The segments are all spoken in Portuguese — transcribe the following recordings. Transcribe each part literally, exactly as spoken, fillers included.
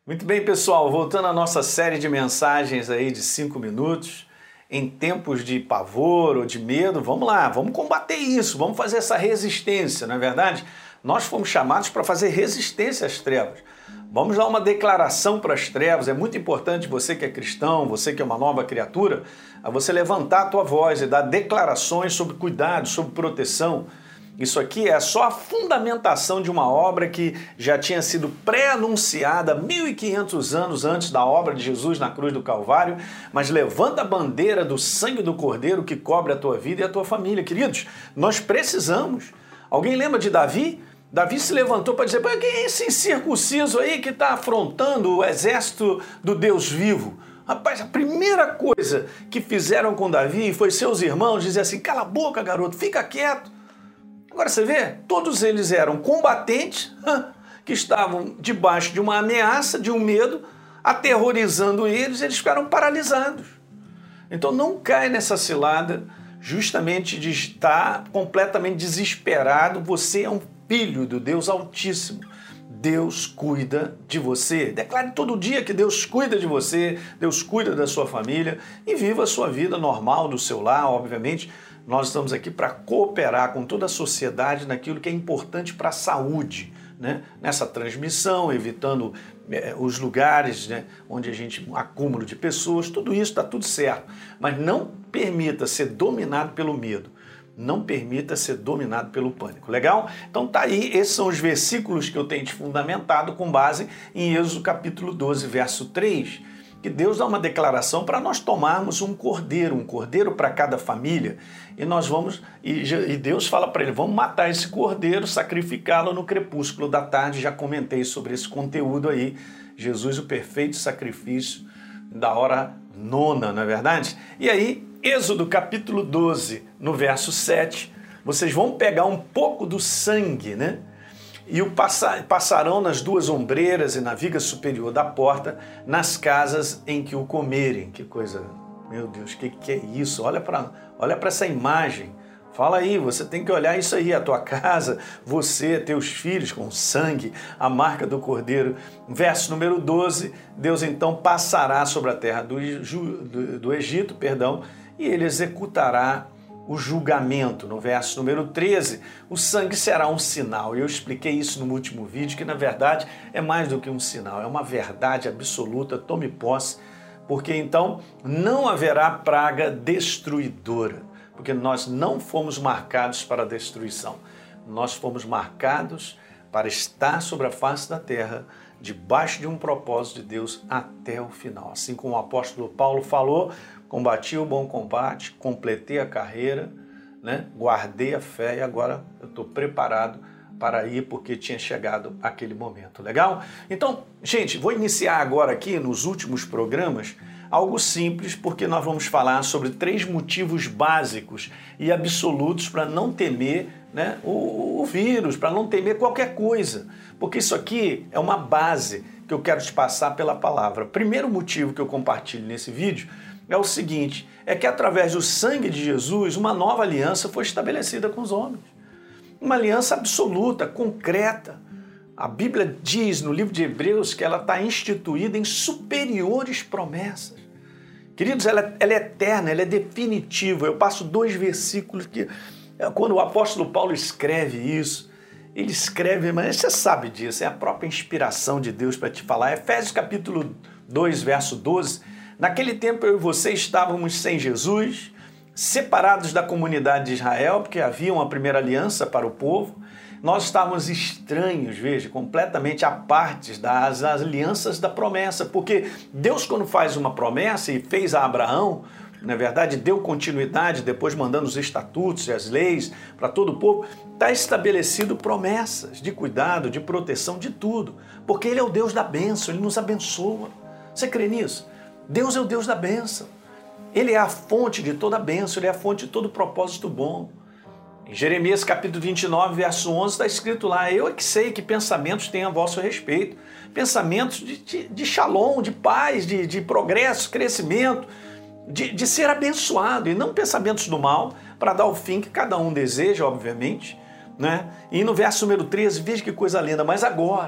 Muito bem, pessoal, voltando à nossa série de mensagens aí de cinco minutos, em tempos de pavor ou de medo, vamos lá, vamos combater isso, vamos fazer essa resistência, não é verdade? Nós fomos chamados para fazer resistência às trevas. Vamos dar uma declaração para as trevas. É muito importante você que é cristão, você que é uma nova criatura, a você levantar a tua voz e dar declarações sobre cuidado, sobre proteção. Isso aqui é só a fundamentação de uma obra que já tinha sido pré-anunciada mil e quinhentos anos antes da obra de Jesus na cruz do Calvário, mas levanta a bandeira do sangue do Cordeiro que cobre a tua vida e a tua família. Queridos, nós precisamos. Alguém lembra de Davi? Davi se levantou para dizer, quem é esse incircunciso aí que está afrontando o exército do Deus vivo? Rapaz, a primeira coisa que fizeram com Davi foi seus irmãos dizer assim, cala a boca, garoto, fica quieto. Agora você vê, todos eles eram combatentes que estavam debaixo de uma ameaça, de um medo, aterrorizando eles, eles ficaram paralisados. Então não cai nessa cilada justamente de estar completamente desesperado. Você é um filho do Deus Altíssimo. Deus cuida de você. Declare todo dia que Deus cuida de você, Deus cuida da sua família e viva a sua vida normal do seu lar, obviamente. Nós estamos aqui para cooperar com toda a sociedade naquilo que é importante para a saúde, né? Nessa transmissão, evitando é, os lugares, né, onde a gente um acúmulo de pessoas, tudo isso está tudo certo. Mas não permita ser dominado pelo medo. Não permita ser dominado pelo pânico. Legal? Então tá aí, esses são os versículos que eu tenho te fundamentado com base em Êxodo capítulo doze, verso três. Que Deus dá uma declaração para nós tomarmos um cordeiro, um cordeiro para cada família, e nós vamos, e Deus fala para ele, vamos matar esse cordeiro, sacrificá-lo no crepúsculo da tarde. Já comentei sobre esse conteúdo aí, Jesus, o perfeito sacrifício da hora nona, não é verdade? E aí, Êxodo capítulo doze, no verso sete, vocês vão pegar um pouco do sangue, né? E o passarão nas duas ombreiras e na viga superior da porta, nas casas em que o comerem. Que coisa, meu Deus, o que, que é isso? Olha para olha para essa imagem. Fala aí, você tem que olhar isso aí, a tua casa, você, teus filhos com sangue, a marca do Cordeiro. Verso número doze, Deus então passará sobre a terra do, do, do Egito, perdão, e ele executará o julgamento. No verso número treze, o sangue será um sinal. Eu expliquei isso no último vídeo, que na verdade é mais do que um sinal, é uma verdade absoluta, tome posse, porque então não haverá praga destruidora, porque nós não fomos marcados para a destruição, nós fomos marcados para estar sobre a face da terra, debaixo de um propósito de Deus até o final. Assim como o apóstolo Paulo falou, combati o bom combate, completei a carreira, né? Guardei a fé e agora eu estou preparado para ir porque tinha chegado aquele momento. Legal? Então, gente, vou iniciar agora aqui nos últimos programas algo simples, porque nós vamos falar sobre três motivos básicos e absolutos para não temer, né, o, o vírus, para não temer qualquer coisa, porque isso aqui é uma base que eu quero te passar pela palavra. Primeiro motivo que eu compartilho nesse vídeo é o seguinte, é que através do sangue de Jesus, uma nova aliança foi estabelecida com os homens. Uma aliança absoluta, concreta. A Bíblia diz no livro de Hebreus que ela está instituída em superiores promessas. Queridos, ela, ela é eterna, ela é definitiva. Eu passo dois versículos que, quando o apóstolo Paulo escreve isso, ele escreve, mas você sabe disso, é a própria inspiração de Deus para te falar. Efésios capítulo dois, verso doze, naquele tempo eu e você estávamos sem Jesus, separados da comunidade de Israel, porque havia uma primeira aliança para o povo. Nós estávamos estranhos, veja, completamente à parte das alianças da promessa, porque Deus, quando faz uma promessa, e fez a Abraão, na verdade, deu continuidade, depois mandando os estatutos e as leis para todo o povo, está estabelecido promessas de cuidado, de proteção, de tudo, porque Ele é o Deus da bênção, Ele nos abençoa. Você crê nisso? Deus é o Deus da bênção. Ele é a fonte de toda a bênção, Ele é a fonte de todo propósito bom. Em Jeremias capítulo vinte e nove, verso onze, está escrito lá, eu é que sei que pensamentos têm a vosso respeito, pensamentos de, de, de shalom, de paz, de, de progresso, crescimento, de, de ser abençoado, e não pensamentos do mal, para dar o fim que cada um deseja, obviamente, né? E no verso número treze, veja que coisa linda, mas agora,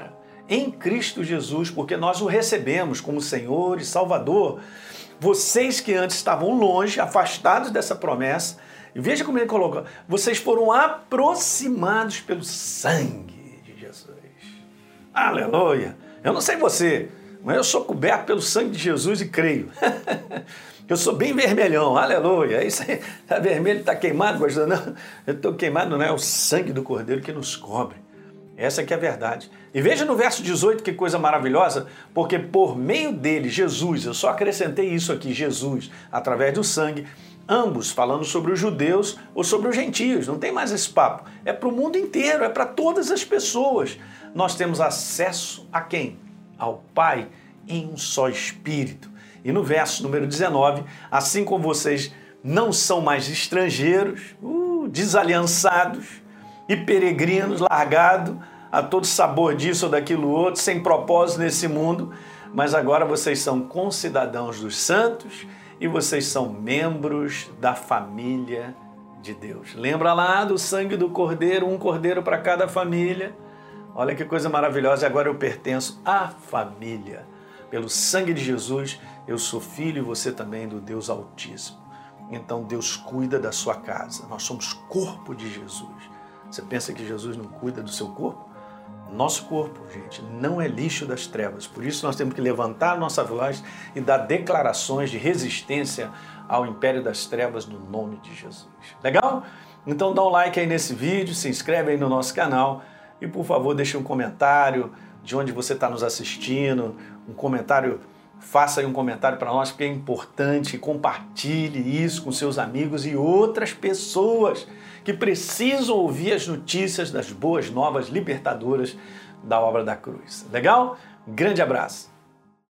em Cristo Jesus, porque nós o recebemos como Senhor e Salvador. Vocês que antes estavam longe, afastados dessa promessa, e veja como ele coloca, vocês foram aproximados pelo sangue de Jesus. Aleluia! Eu não sei você, mas eu sou coberto pelo sangue de Jesus e creio. Eu sou bem vermelhão, aleluia. Isso aí, tá vermelho, tá queimado, pastor? Não, eu estou queimado, não é o sangue do Cordeiro que nos cobre. Essa que é a verdade. E veja no verso dezoito que coisa maravilhosa, porque por meio dele, Jesus, eu só acrescentei isso aqui, Jesus, através do sangue, ambos falando sobre os judeus ou sobre os gentios, não tem mais esse papo. É para o mundo inteiro, é para todas as pessoas. Nós temos acesso a quem? Ao Pai em um só Espírito. E no verso número dezenove, assim como vocês não são mais estrangeiros, uh, desaliançados e peregrinos, largados a todo sabor disso ou daquilo outro, sem propósito nesse mundo, mas agora vocês são concidadãos dos santos e vocês são membros da família de Deus. Lembra lá do sangue do Cordeiro, um cordeiro para cada família? Olha que coisa maravilhosa, agora eu pertenço à família. Pelo sangue de Jesus, eu sou filho e você também do Deus Altíssimo. Então Deus cuida da sua casa. Nós somos corpo de Jesus. Você pensa que Jesus não cuida do seu corpo? Nosso corpo, gente, não é lixo das trevas. Por isso nós temos que levantar a nossa voz e dar declarações de resistência ao império das trevas no nome de Jesus. Legal? Então dá um like aí nesse vídeo, se inscreve aí no nosso canal e, por favor, deixe um comentário de onde você está nos assistindo, um comentário, faça aí um comentário para nós, porque é importante, compartilhe isso com seus amigos e outras pessoas que precisam ouvir as notícias das boas novas libertadoras da obra da cruz. Legal? Grande abraço!